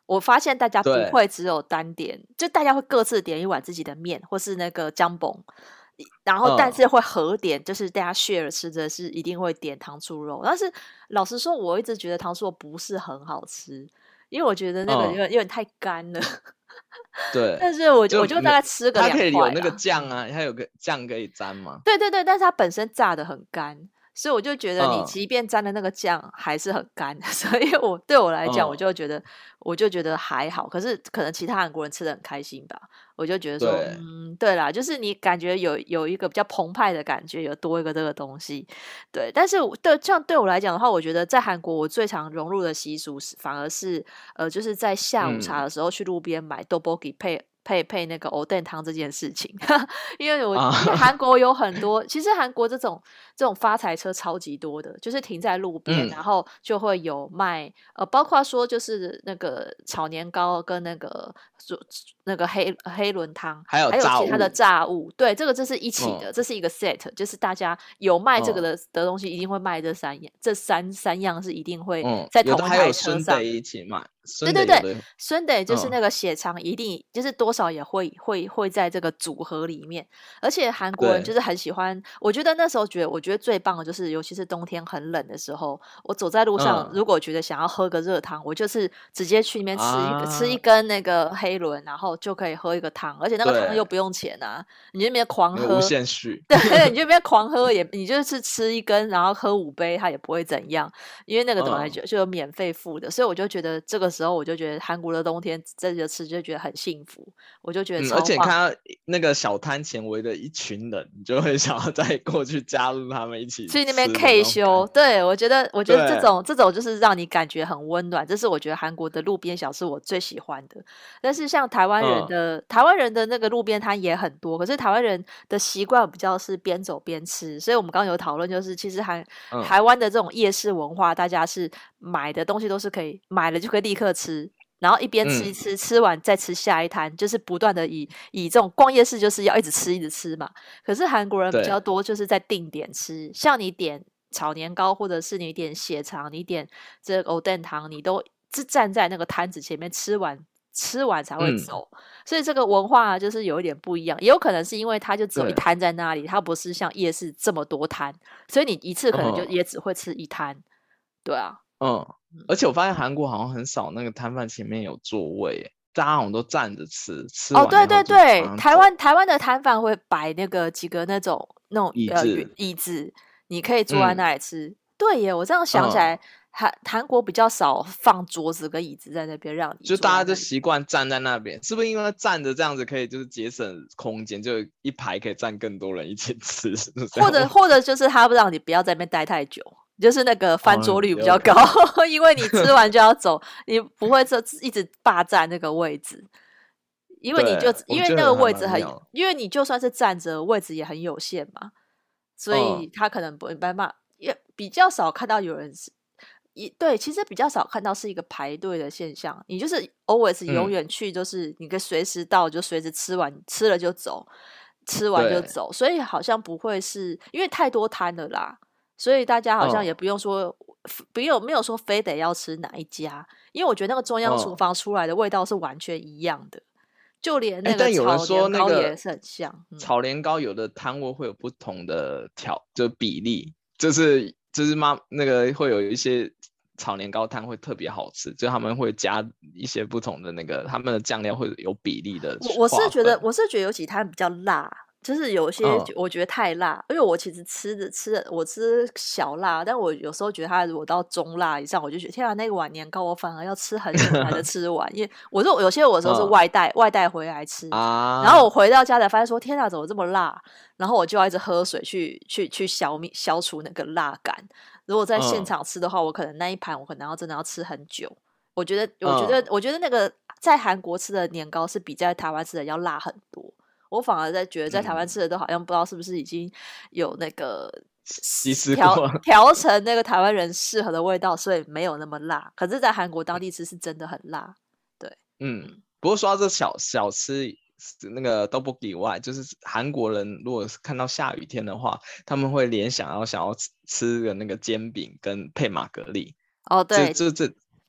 [SPEAKER 1] 我发现大家不
[SPEAKER 2] 对，
[SPEAKER 1] 会只有单点，就大家会各自点一碗自己的面，或是那个姜崩，然后但
[SPEAKER 2] 嗯
[SPEAKER 1] 是会合点，就是大家 share 吃的是一定会点糖醋肉。但是老实说，我一直觉得糖醋肉不是很好吃，因为我觉得那个
[SPEAKER 2] 嗯，
[SPEAKER 1] 有点太干了。
[SPEAKER 2] 对，
[SPEAKER 1] 但是我就大
[SPEAKER 2] 就没
[SPEAKER 1] 概吃个
[SPEAKER 2] 它可
[SPEAKER 1] 两
[SPEAKER 2] 以有那个
[SPEAKER 1] 块啦。
[SPEAKER 2] 酱啊，它有个酱可以沾嘛。
[SPEAKER 1] 对对对，但是它本身炸的很干，所以我就觉得你
[SPEAKER 2] 嗯
[SPEAKER 1] 即便沾了那个酱还是很干，所以对我来讲，
[SPEAKER 2] 嗯，
[SPEAKER 1] 我就觉得还好。可是可能其他韩国人吃的很开心吧，我就觉得说，
[SPEAKER 2] 对，
[SPEAKER 1] 对啦，就是你感觉有一个比较澎湃的感觉，有多一个这个东西，对。但是这样对我来讲的话，我觉得在韩国我最常融入的习俗反而是就是在下午茶
[SPEAKER 2] 嗯
[SPEAKER 1] 的时候去路边买豆 b o g i 配那个藕蛋汤这件事情。因为
[SPEAKER 2] 啊，
[SPEAKER 1] 韩国有很多，其实韩国这种发财车超级多的，就是停在路边，然
[SPEAKER 2] 嗯
[SPEAKER 1] 后就会有卖包括说就是那个炒年糕跟那个黑轮汤，
[SPEAKER 2] 还有
[SPEAKER 1] 还有其他的
[SPEAKER 2] 炸物，
[SPEAKER 1] 炸物，对，这个就是一起
[SPEAKER 2] 嗯
[SPEAKER 1] 的，这是一个 set，就是大家有卖这个
[SPEAKER 2] 嗯
[SPEAKER 1] 的东西，一定会卖这三样，这三样是一定会
[SPEAKER 2] 嗯，
[SPEAKER 1] 在
[SPEAKER 2] 有的还有
[SPEAKER 1] 同一台车上。
[SPEAKER 2] 孙得一起买，
[SPEAKER 1] 对对对
[SPEAKER 2] 孙得有的，
[SPEAKER 1] ，Sunday 就是
[SPEAKER 2] 嗯，
[SPEAKER 1] 那个血肠，一定就是多少也会在这个组合里面。而且韩国人就
[SPEAKER 2] 对，
[SPEAKER 1] 是很喜欢，我觉得那时候我觉得最棒的就是，尤其是冬天很冷的时候，我走在路上，
[SPEAKER 2] 嗯
[SPEAKER 1] 如果觉得想要喝个热汤，我就是直接去那边吃一
[SPEAKER 2] 啊，
[SPEAKER 1] 根那个黑轮，然后就可以喝一个汤，而且那个汤又
[SPEAKER 2] 对，
[SPEAKER 1] 不用钱啊，你就那边狂
[SPEAKER 2] 那个无
[SPEAKER 1] 喝。
[SPEAKER 2] 限续，
[SPEAKER 1] 对，你就那边狂喝你就是吃一根，然后喝5杯，它也不会怎样。因为那个本来
[SPEAKER 2] 嗯
[SPEAKER 1] 就有免费付的，所以我就觉得这个时候我就觉得韩国的冬天在这吃就觉得很幸福，我就觉得
[SPEAKER 2] 而
[SPEAKER 1] 超棒。
[SPEAKER 2] 且你看到那个小摊前围的一群人，你就会想要再过去加入他们一起
[SPEAKER 1] 去那边
[SPEAKER 2] 吃的那
[SPEAKER 1] K 修，
[SPEAKER 2] 种感觉，
[SPEAKER 1] 对，我觉得这
[SPEAKER 2] 对，
[SPEAKER 1] 种这种就是让你感觉很温暖，这是我觉得韩国的路边小吃我最喜欢的。但是像
[SPEAKER 2] 嗯
[SPEAKER 1] 台湾人的那个路边摊也很多，可是台湾人的习惯比较是边走边吃，所以我们刚刚有讨论，就是其实
[SPEAKER 2] 嗯
[SPEAKER 1] 台湾的这种夜市文化，大家是买的东西都是可以买了就可以立刻吃。然后一边吃一
[SPEAKER 2] 嗯，
[SPEAKER 1] 吃，吃完再吃下一摊，就是不断的以这种逛夜市就是要一直吃一直吃嘛。可是韩国人比
[SPEAKER 2] 对，
[SPEAKER 1] 较多，就是在定点吃，像你点炒年糕，或者是你点血肠，你点这个藕蛋汤，你都是站在那个摊子前面吃完才会
[SPEAKER 2] 嗯
[SPEAKER 1] 走，所以这个文化就是有一点不一样，也有可能是因为它就只有一
[SPEAKER 2] 对，
[SPEAKER 1] 摊在那里，它不是像夜市这么多摊，所以你一次可能就
[SPEAKER 2] 嗯
[SPEAKER 1] 也只会吃一摊，对啊。
[SPEAKER 2] 嗯，而且我发现韩国好像很少那个摊贩前面有座位耶，大家好像都站着吃，吃
[SPEAKER 1] 哦，对
[SPEAKER 2] 完以后就马
[SPEAKER 1] 对对，台
[SPEAKER 2] 上走，
[SPEAKER 1] 湾台湾的摊贩会摆几个那种
[SPEAKER 2] 椅子，
[SPEAKER 1] 椅子，你可以坐在
[SPEAKER 2] 嗯
[SPEAKER 1] 那里吃。对耶，我这样想起
[SPEAKER 2] 嗯，
[SPEAKER 1] 来，韩国比较少放桌子跟椅子在那边让你
[SPEAKER 2] 就大家就
[SPEAKER 1] 坐在那里，
[SPEAKER 2] 习惯站在那边，是不是因为站着这样子可以就是节省空间，就一排可以站更多人一起吃，是这
[SPEAKER 1] 或者
[SPEAKER 2] 样吗？
[SPEAKER 1] 或者就是他不让你不要在那边待太久，就是那个翻桌
[SPEAKER 2] 哦，
[SPEAKER 1] 率比较高，
[SPEAKER 2] 有可能，
[SPEAKER 1] 因为你吃完就要走，你不会一直霸占那个位置。
[SPEAKER 2] 对，我
[SPEAKER 1] 因为那
[SPEAKER 2] 觉得还
[SPEAKER 1] 个位置很，
[SPEAKER 2] 蛮妙的，
[SPEAKER 1] 因为你就算是站着，位置也很有限嘛，所
[SPEAKER 2] 嗯
[SPEAKER 1] 以他可能不没办法，也比较少看到有人是，对，其实比较少看到是一个排队的现象。你就是 always 永
[SPEAKER 2] 嗯，
[SPEAKER 1] 远去，就是你可以随时到，就随时吃完，吃了就走，吃完就
[SPEAKER 2] 对，
[SPEAKER 1] 走，所以好像不会是因为太多摊了啦，所以大家好像也
[SPEAKER 2] 嗯
[SPEAKER 1] 不用说，没有说非得要吃哪一家，因为我觉得那个中央厨
[SPEAKER 2] 嗯。
[SPEAKER 1] 房出来的味道是完全一样的。就连
[SPEAKER 2] 哎，
[SPEAKER 1] 那个
[SPEAKER 2] 但有人
[SPEAKER 1] 炒年
[SPEAKER 2] 说那个
[SPEAKER 1] 糕也是很像，
[SPEAKER 2] 炒年糕有的摊位会有不同的就比例，就是那个会有一些炒年糕摊会特别好吃，就他们会加一些不同的那个他们的酱料会有比例的划分。
[SPEAKER 1] 我是觉得有几摊比较辣，就是有些
[SPEAKER 2] 嗯
[SPEAKER 1] 我觉得太辣，因为我其实我吃小辣，但我有时候觉得它如果到中辣以上，我就觉得天啊，那个碗年糕我反而要吃很久才能吃完，因为有些我有时候是
[SPEAKER 2] 嗯
[SPEAKER 1] 外带回来吃，然后
[SPEAKER 2] 啊
[SPEAKER 1] 我回到家才发现说天啊，怎么这么辣？然后我就要一直喝水去消除那个辣感。如果在现
[SPEAKER 2] 嗯
[SPEAKER 1] 场吃的话，我可能那一盘我可能真的要吃很久。
[SPEAKER 2] 嗯
[SPEAKER 1] 我觉得那个在韩国吃的年糕是比在台湾吃的要辣很多。我反而觉得在台湾
[SPEAKER 2] 嗯，
[SPEAKER 1] 吃的都好像不知道是不是已经有那个
[SPEAKER 2] 稀释过，
[SPEAKER 1] 调成那个台湾人适合的味道，所以没有那么辣。可是，在韩国当地吃是真的很辣。对，
[SPEAKER 2] 嗯，不过说到这小吃那个 tteokbokki 以外，就是韩国人如果是看到下雨天的话，他们会想要吃个那个煎饼跟配玛格丽，
[SPEAKER 1] 哦，对，
[SPEAKER 2] 这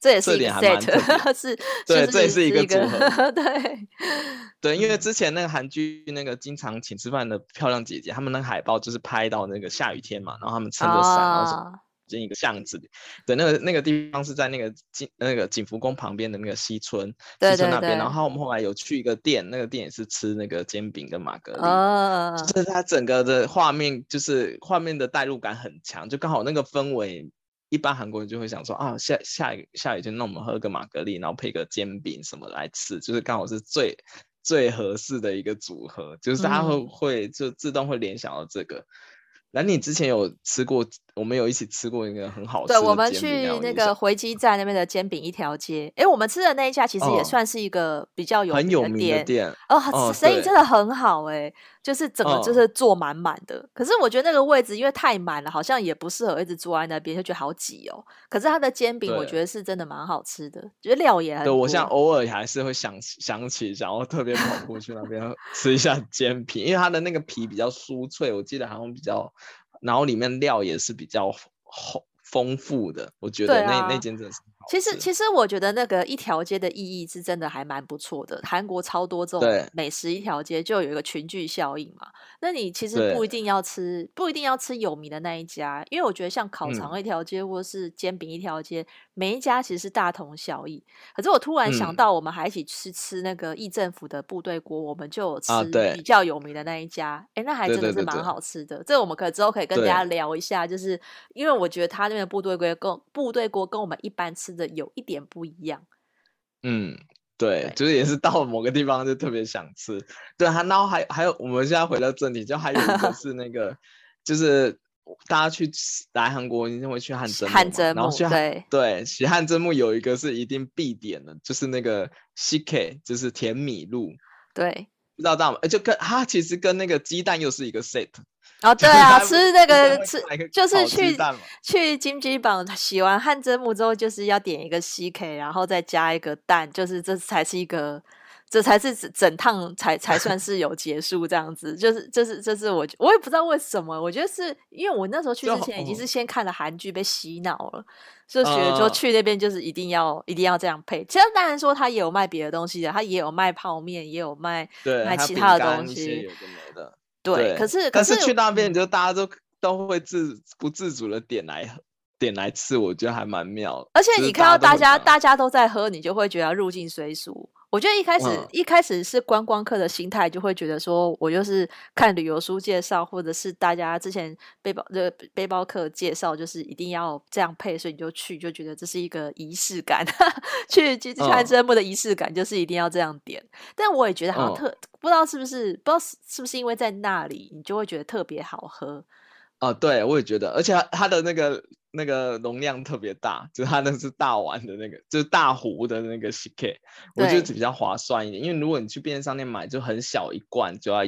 [SPEAKER 1] 这也是一个
[SPEAKER 2] 这点还蛮特别。
[SPEAKER 1] set，是就
[SPEAKER 2] 对，这也
[SPEAKER 1] 是
[SPEAKER 2] 是一个组合。
[SPEAKER 1] 对
[SPEAKER 2] 对，因为之前那个韩剧那个经常请吃饭的漂亮姐姐，他们那个海报就是拍到那个下雨天嘛，然后他们撑着伞，然后走
[SPEAKER 1] 啊，
[SPEAKER 2] 进一个巷子里。对，那个地方是在那个景福宫旁边的那个西
[SPEAKER 1] 对
[SPEAKER 2] 村那边。然
[SPEAKER 1] 对对，
[SPEAKER 2] 后我们后来有去一个店，那个店也是吃那个煎饼跟玛格丽，
[SPEAKER 1] 呃，
[SPEAKER 2] 就是它整个的画面就是画面的代入感很强，就刚好那个氛围。一般韩国人就会想说啊，下雨天，那我们喝个玛格丽，然后配个煎饼什么来吃，就是刚好是最合适的一个组合，就是大家会就自动会联想到这个。那你之前有吃过，我们有一起吃过一个很好
[SPEAKER 1] 对，
[SPEAKER 2] 吃
[SPEAKER 1] 我们
[SPEAKER 2] 的煎饼，
[SPEAKER 1] 去那
[SPEAKER 2] 有印象？
[SPEAKER 1] 个回基站那边的煎饼一条街，诶，我们吃的那一家其实也
[SPEAKER 2] 哦，
[SPEAKER 1] 算是一个比较有名
[SPEAKER 2] 很有名的
[SPEAKER 1] 的店，
[SPEAKER 2] 店。
[SPEAKER 1] 哦，
[SPEAKER 2] 哦，
[SPEAKER 1] 生意真
[SPEAKER 2] 对。
[SPEAKER 1] 的很好诶，就是整个就
[SPEAKER 2] 嗯，
[SPEAKER 1] 是坐满满的。可是我觉得那个位置因为太满了，好像也不适合一直坐在那边，就觉得好挤哦。可是它的煎饼我
[SPEAKER 2] 对。
[SPEAKER 1] 觉得是真的蛮好吃的，觉得料也
[SPEAKER 2] 对，我现在
[SPEAKER 1] 很多。
[SPEAKER 2] 偶尔还是会想起，想要特别跑过去那边吃一下煎皮，因为它的那个皮比较酥脆，我记得好像比较，然后里面料也是比较丰富的，我觉得那
[SPEAKER 1] 对啊，
[SPEAKER 2] 间真的是很好
[SPEAKER 1] 其实，
[SPEAKER 2] 吃。
[SPEAKER 1] 其实我觉得那个一条街的意义是真的还蛮不错的。韩国超多这种
[SPEAKER 2] 对
[SPEAKER 1] 美食一条街，就有一个群聚效应嘛。那你其实
[SPEAKER 2] 对。
[SPEAKER 1] 不一定要吃有名的那一家，因为我觉得像烤肠一条街或是煎饼一条街，每一家其实是大同小异。可是我突然想
[SPEAKER 2] 嗯。
[SPEAKER 1] 到，我们还一起吃那个义政府的部队锅，我们就有
[SPEAKER 2] 啊，
[SPEAKER 1] 吃
[SPEAKER 2] 对
[SPEAKER 1] 比较有名的那一家，诶，那还
[SPEAKER 2] 对
[SPEAKER 1] 真的是蛮
[SPEAKER 2] 对对对
[SPEAKER 1] 好吃的。这我们之后可以跟大
[SPEAKER 2] 对。
[SPEAKER 1] 家聊一下，就是因为我觉得他那边的部队锅跟我们一般吃的有一点不一样。
[SPEAKER 2] 嗯，对，
[SPEAKER 1] 对，
[SPEAKER 2] 就是也是到某个地方就特别想吃。对，然后还有，我们现在回到正题，就还有一个是那个，就是大家来韩国一定会去汗蒸木嘛，
[SPEAKER 1] 汗蒸木，
[SPEAKER 2] 然后
[SPEAKER 1] 对
[SPEAKER 2] 对，洗汗蒸木有一个是一定必点的，就是那个 CK，就是甜米露，
[SPEAKER 1] 对。
[SPEAKER 2] 不知道吗？就它其实跟那个鸡蛋又是一个 set，
[SPEAKER 1] 哦，
[SPEAKER 2] 就是
[SPEAKER 1] 对啊，
[SPEAKER 2] 它不是
[SPEAKER 1] 吃那
[SPEAKER 2] 鸡蛋
[SPEAKER 1] 个吃
[SPEAKER 2] 会加一个
[SPEAKER 1] 就是
[SPEAKER 2] 烤鸡蛋嘛。
[SPEAKER 1] 去金鸡榜洗完汗蒸木之后，就是要点一个 CK，然后再加一个蛋，就是这才是整趟才算是有结束这样子。这是我也不知道为什么，我觉得是因为我那时候去之前已经是先看了韩剧被洗脑了，就觉得说
[SPEAKER 2] 嗯，
[SPEAKER 1] 去那边就是一定要这样配。其实当然说他也有卖别的东西的，他也有卖泡面，也有
[SPEAKER 2] 对，还有
[SPEAKER 1] 卖其他的
[SPEAKER 2] 饼干
[SPEAKER 1] 东西。
[SPEAKER 2] 一些有的没的。
[SPEAKER 1] 对，可
[SPEAKER 2] 对，
[SPEAKER 1] 是可是，
[SPEAKER 2] 但是去那边，你
[SPEAKER 1] 嗯，
[SPEAKER 2] 就大家都会不自主的点来吃，我觉得还蛮妙的，
[SPEAKER 1] 而且
[SPEAKER 2] 就是大
[SPEAKER 1] 你看到大
[SPEAKER 2] 家都很常。
[SPEAKER 1] 家大家都在喝，你就会觉得入境随俗。我觉得一开始
[SPEAKER 2] 嗯。
[SPEAKER 1] 一开始是观光客的心态，就会觉得说我就是看旅游书介绍，或者是大家之前背包客介绍，就是一定要这样配，所以你就去，就觉得这是一个仪式感。去看
[SPEAKER 2] 嗯。
[SPEAKER 1] 真木的仪式感，就是一定要这样点。但我也觉得好像
[SPEAKER 2] 嗯。
[SPEAKER 1] 不知道是不是因为在那里，你就会觉得特别好喝。
[SPEAKER 2] 哦，对，我也觉得，而且它的那个容量特别大，就是它那是大碗的那个，就是大壶的那个 CK，我觉
[SPEAKER 1] 对，
[SPEAKER 2] 得比较划算一点。因为如果你去便利商店买，就很小一罐就要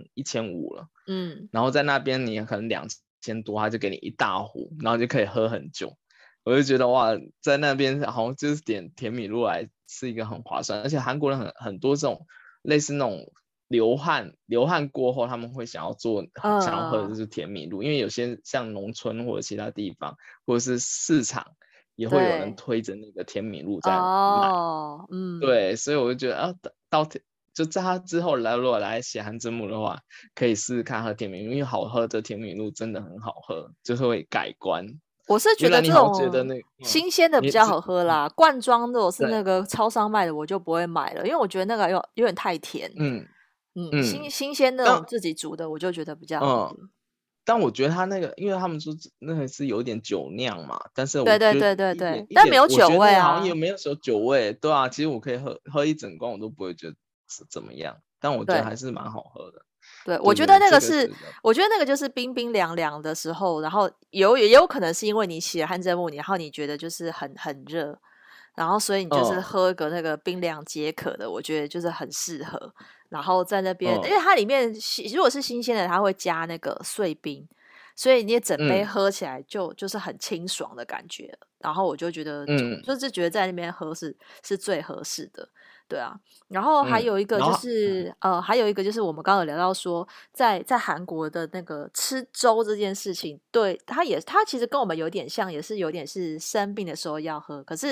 [SPEAKER 2] 1500了，
[SPEAKER 1] 嗯。
[SPEAKER 2] 然后在那边你可能2000多，他就给你一大壶，然后就可以喝很久。我就觉得哇，在那边好像就是点甜米露来是一个很划算，而且韩国人很多这种类似那种流汗过后，他们会想要喝的就
[SPEAKER 1] 嗯，
[SPEAKER 2] 是甜米露，因为有些像农村或者其他地方，或者是市场，也会有人
[SPEAKER 1] 对，
[SPEAKER 2] 推着那个甜米露在卖。
[SPEAKER 1] 哦，嗯。
[SPEAKER 2] 对，所以我就觉得就在他之后如果来写韩之母的话，可以试试看喝甜米露，因为好喝的甜米露真的很好喝，就是会改观。
[SPEAKER 1] 我是觉得这
[SPEAKER 2] 原来你好像觉得
[SPEAKER 1] 种
[SPEAKER 2] 那
[SPEAKER 1] 新鲜的比
[SPEAKER 2] 你
[SPEAKER 1] 较好喝啦，罐装的我是那
[SPEAKER 2] 对。
[SPEAKER 1] 个超商卖的我就不会买了，因为我觉得那个有点太甜。
[SPEAKER 2] 嗯
[SPEAKER 1] 嗯，新
[SPEAKER 2] 嗯。
[SPEAKER 1] 新鲜那
[SPEAKER 2] 但
[SPEAKER 1] 种自己煮的我就觉得比较好喝。
[SPEAKER 2] 嗯，但我觉得他那个，因为他们说那个是有点酒酿嘛，但是我
[SPEAKER 1] 对对
[SPEAKER 2] 觉得
[SPEAKER 1] 对对对，
[SPEAKER 2] 一点一点，
[SPEAKER 1] 但没有酒
[SPEAKER 2] 我觉得那个好像
[SPEAKER 1] 味啊。
[SPEAKER 2] 也没有什么酒味，对啊，其实我可以喝一整罐，我都不会觉得是怎么样，但我觉得
[SPEAKER 1] 对
[SPEAKER 2] 还是蛮好喝的。
[SPEAKER 1] 对，我觉得
[SPEAKER 2] 对对，这
[SPEAKER 1] 那个是，
[SPEAKER 2] 个是比较。
[SPEAKER 1] 我觉得那个就是冰冰凉凉的时候，然后也有可能是因为你洗了汗蒸木，然后你觉得就是很热，然后所以你就是
[SPEAKER 2] 嗯
[SPEAKER 1] 喝一个那个冰凉解渴的，我觉得就是很适合。然后在那边，因为
[SPEAKER 2] 嗯
[SPEAKER 1] 它里面如果是新鲜的，它会加那个碎冰，所以你整杯
[SPEAKER 2] 嗯
[SPEAKER 1] 喝起来就是很清爽的感觉。然后我就觉得，
[SPEAKER 2] 嗯
[SPEAKER 1] 就是觉得在那边喝是最合适的，对啊。然后还
[SPEAKER 2] 嗯，
[SPEAKER 1] 有一个就
[SPEAKER 2] 然后
[SPEAKER 1] 是还有一个就是我们刚刚有聊到说，在韩国的那个吃粥这件事情，对，它其实跟我们有点像，也是有点是生病的时候要喝，可是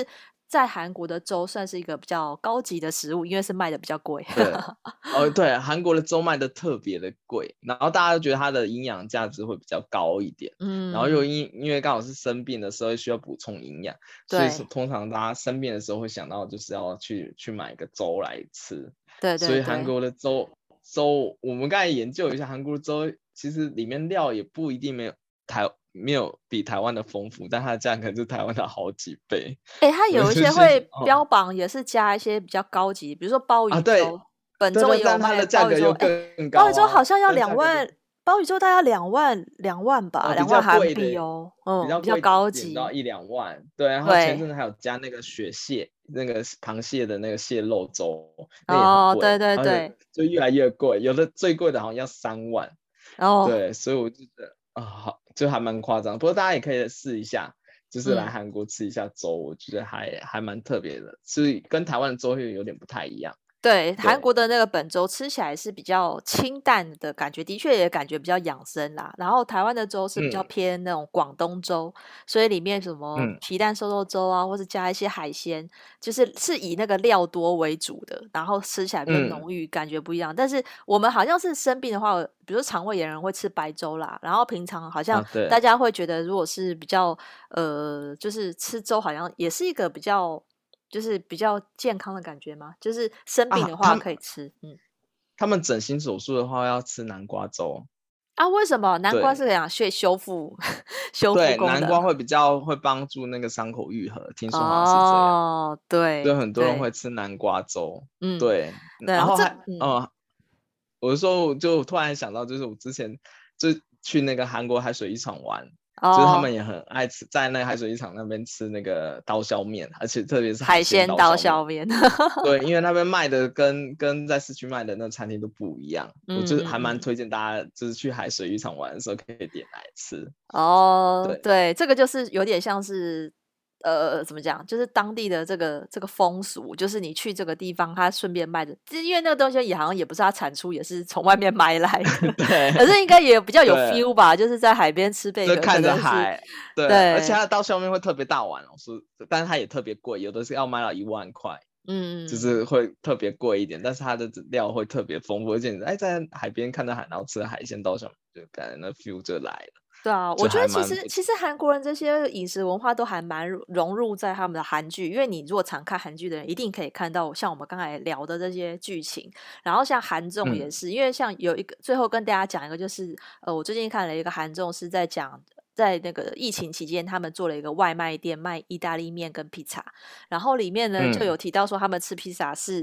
[SPEAKER 1] 在韩国的粥算是一个比较高级的食物，因为是卖的比较贵。
[SPEAKER 2] 对，对，韩国的粥卖的特别的贵，然后大家都觉得它的营养价值会比较高一点，然后又
[SPEAKER 1] 嗯，
[SPEAKER 2] 因为刚好是生病的时候需要补充营养，所以是
[SPEAKER 1] 对
[SPEAKER 2] 通常大家生病的时候会想到就是要去买个粥来吃，
[SPEAKER 1] 对
[SPEAKER 2] 所以韩
[SPEAKER 1] 对对。
[SPEAKER 2] 国的粥，我们刚才研究一下，韩国的粥其实里面料也不一定没有比台湾的丰富，但它的价格是台湾的好几倍。
[SPEAKER 1] 它
[SPEAKER 2] 对，
[SPEAKER 1] 有一些
[SPEAKER 2] 就是
[SPEAKER 1] 会标榜也是加一些比较高级，比如说鲍鱼
[SPEAKER 2] 对
[SPEAKER 1] 粥，本
[SPEAKER 2] 对对，
[SPEAKER 1] 周也有
[SPEAKER 2] 但它的价
[SPEAKER 1] 卖鲍鱼粥。
[SPEAKER 2] 格又更
[SPEAKER 1] 鲍鱼
[SPEAKER 2] 高啊，
[SPEAKER 1] 粥好像要
[SPEAKER 2] 它的价格就
[SPEAKER 1] 两万，鲍鱼粥大概要2万吧，
[SPEAKER 2] 比
[SPEAKER 1] 两万韩
[SPEAKER 2] 较贵的，
[SPEAKER 1] 币哦，比较
[SPEAKER 2] 比较贵
[SPEAKER 1] 高级。
[SPEAKER 2] 点到1-2万，对，然后前
[SPEAKER 1] 对，
[SPEAKER 2] 阵子还有加那个雪蟹，那个螃蟹的那个蟹肉粥，那也很
[SPEAKER 1] 哦，对
[SPEAKER 2] 贵，而且
[SPEAKER 1] 对对，
[SPEAKER 2] 就越来越贵，有的最贵的好像要3万，
[SPEAKER 1] 哦，
[SPEAKER 2] 对，所以我就觉得好，就还蛮夸张。不过大家也可以试一下，就是来
[SPEAKER 1] 嗯。
[SPEAKER 2] 韩国吃一下粥，我觉得还蛮特别的，所以跟台湾的粥会有点不太一样。
[SPEAKER 1] 对，韩
[SPEAKER 2] 对，
[SPEAKER 1] 国的那个本粥吃起来是比较清淡的感觉，的确也感觉比较养生啦。然后台湾的粥是比较
[SPEAKER 2] 嗯
[SPEAKER 1] 偏那种广东粥，所以里面什么
[SPEAKER 2] 嗯
[SPEAKER 1] 皮蛋瘦肉粥啊，或是加一些海鲜，是以那个料多为主的，然后吃起来比较
[SPEAKER 2] 嗯
[SPEAKER 1] 浓郁，感觉不一样。但是我们好像是生病的话，比如说肠胃炎人会吃白粥啦，然后平常好像
[SPEAKER 2] 对
[SPEAKER 1] 大家会觉得，如果是比较就是吃粥好像也是一个比较健康的感觉吗？就是生病的话可以吃，
[SPEAKER 2] 他们整形手术的话要吃南瓜粥。
[SPEAKER 1] 啊，为什么南瓜
[SPEAKER 2] 对
[SPEAKER 1] 是讲修复修复
[SPEAKER 2] 对，
[SPEAKER 1] 功能？
[SPEAKER 2] 南瓜会比较会帮助那个伤口愈合，听说好像是这样，
[SPEAKER 1] 哦，
[SPEAKER 2] 所以
[SPEAKER 1] 对
[SPEAKER 2] 很多人会
[SPEAKER 1] 对，
[SPEAKER 2] 吃南瓜粥。
[SPEAKER 1] 嗯，
[SPEAKER 2] 对，
[SPEAKER 1] 对，然后
[SPEAKER 2] 然后
[SPEAKER 1] 嗯，
[SPEAKER 2] 我是说我就突然想到，就是我之前就去那个韩国海水浴场玩，就是他
[SPEAKER 1] 哦，
[SPEAKER 2] 们也很爱吃，在那个海水浴场那边吃那个刀削面，而且特别是海
[SPEAKER 1] 海
[SPEAKER 2] 鲜
[SPEAKER 1] 鲜刀
[SPEAKER 2] 刀削面。
[SPEAKER 1] 削面，
[SPEAKER 2] 对，因为那边卖的跟在市区卖的那餐厅都不一样，我
[SPEAKER 1] 嗯
[SPEAKER 2] 就还蛮
[SPEAKER 1] 嗯嗯。
[SPEAKER 2] 推荐大家，就是去海水浴场玩的时候可以点来吃。
[SPEAKER 1] 哦，
[SPEAKER 2] 对，
[SPEAKER 1] 对，这个就是有点像是，怎么讲，就是当地的这个风俗，就是你去这个地方，它顺便卖的，就是因为那个东西也好像也不是它产出，也是从外面买来的，可
[SPEAKER 2] 对
[SPEAKER 1] 是应该也比较有
[SPEAKER 2] 对，
[SPEAKER 1] feel 吧，就是在海边吃贝壳，可
[SPEAKER 2] 就看着
[SPEAKER 1] 能是
[SPEAKER 2] 海，对，而且
[SPEAKER 1] 对，
[SPEAKER 2] 它的刀削面会特别大碗哦，但是它也特别贵，有的是要卖到1万块，就
[SPEAKER 1] 嗯。
[SPEAKER 2] 是会特别贵一点，但是它的料会特别丰富，而且在海边看到海，然后吃海鲜刀削面，就感觉那 feel 就来了，
[SPEAKER 1] 对啊，我
[SPEAKER 2] 就还
[SPEAKER 1] 觉得其
[SPEAKER 2] 蛮不错。
[SPEAKER 1] 实其实韩国人这些饮食文化都还蛮融入在他们的韩剧，因为你如果常看韩剧的人，一定可以看到像我们刚才聊的这些剧情。然后像韩综也
[SPEAKER 2] 嗯
[SPEAKER 1] 是，因为像有一个最后跟大家讲一个，就是我最近看了一个韩综，是在讲在那个疫情期间，他们做了一个外卖店卖意大利面跟披萨，然后里面呢就有
[SPEAKER 2] 嗯
[SPEAKER 1] 提到说他们吃披萨是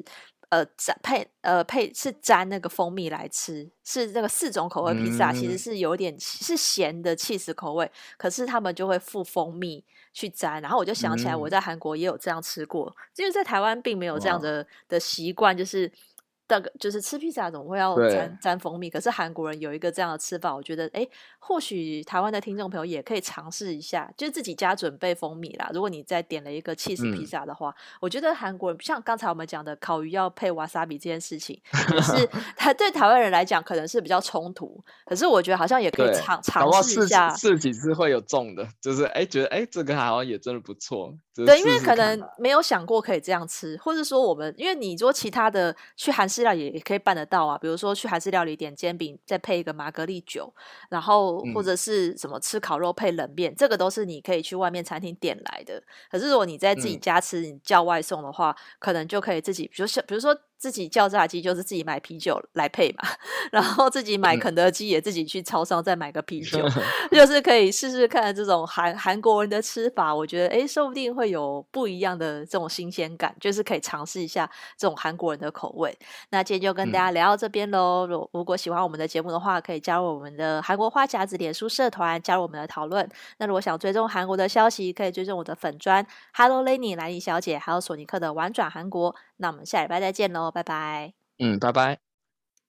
[SPEAKER 1] 是沾那个蜂蜜来吃，是那个4种口味披萨，其实
[SPEAKER 2] 嗯，
[SPEAKER 1] 是有点是咸的 cheese 口味，可是他们就会附蜂蜜去沾，然后我就想起来我
[SPEAKER 2] 嗯，
[SPEAKER 1] 在韩国也有这样吃过，因为在台湾并没有这样
[SPEAKER 2] 哇，
[SPEAKER 1] 的习惯，就是吃披萨总会要
[SPEAKER 2] 对，
[SPEAKER 1] 沾蜂蜜，可是韩国人有一个这样的吃法，我觉得或许台湾的听众朋友也可以尝试一下，就是自己家准备蜂蜜啦。如果你再点了一个 cheese 披
[SPEAKER 2] 嗯，
[SPEAKER 1] 萨的话，我觉得韩国人像刚才我们讲的烤鱼要配 wasabi 这件事情，也是对台湾人来讲可能是比较冲突，可是我觉得好像也可以
[SPEAKER 2] 对，搞
[SPEAKER 1] 尝
[SPEAKER 2] 不好
[SPEAKER 1] 试一下。
[SPEAKER 2] 试几次会有中的，就是觉得这个好像也真的不错，就是
[SPEAKER 1] 对，因为
[SPEAKER 2] 试试看。
[SPEAKER 1] 可能没有想过可以这样吃，或者说因为你说其他的去韩式料理也可以办得到啊，比如说去韩式料理点煎饼，再配一个玛格丽酒，然后或
[SPEAKER 2] 嗯
[SPEAKER 1] 者是什么吃烤肉配冷面，这个都是你可以去外面餐厅点来的。可是如果你在自己
[SPEAKER 2] 嗯
[SPEAKER 1] 家吃，你叫外送的话，可能就可以自己，比如说自己叫炸鸡，就是自己买啤酒来配嘛，然后自己买
[SPEAKER 2] 嗯，
[SPEAKER 1] 肯德基也自己去超商再买个啤酒，就是可以试试看这种韩国人的吃法，我觉得说不定会有不一样的这种新鲜感，就是可以尝试一下这种韩国人的口味。那今天就跟大家
[SPEAKER 2] 嗯，
[SPEAKER 1] 聊到这边喽。如果喜欢我们的节目的话，可以加入我们的韩国话匣子脸书社团，加入我们的讨论。那如果想追踪韩国的消息，可以追踪我的粉专 Hello Lenny 兰妮小姐，还有索尼克的玩转韩国。那我们下礼拜再见喽，拜拜。
[SPEAKER 2] 嗯，拜拜。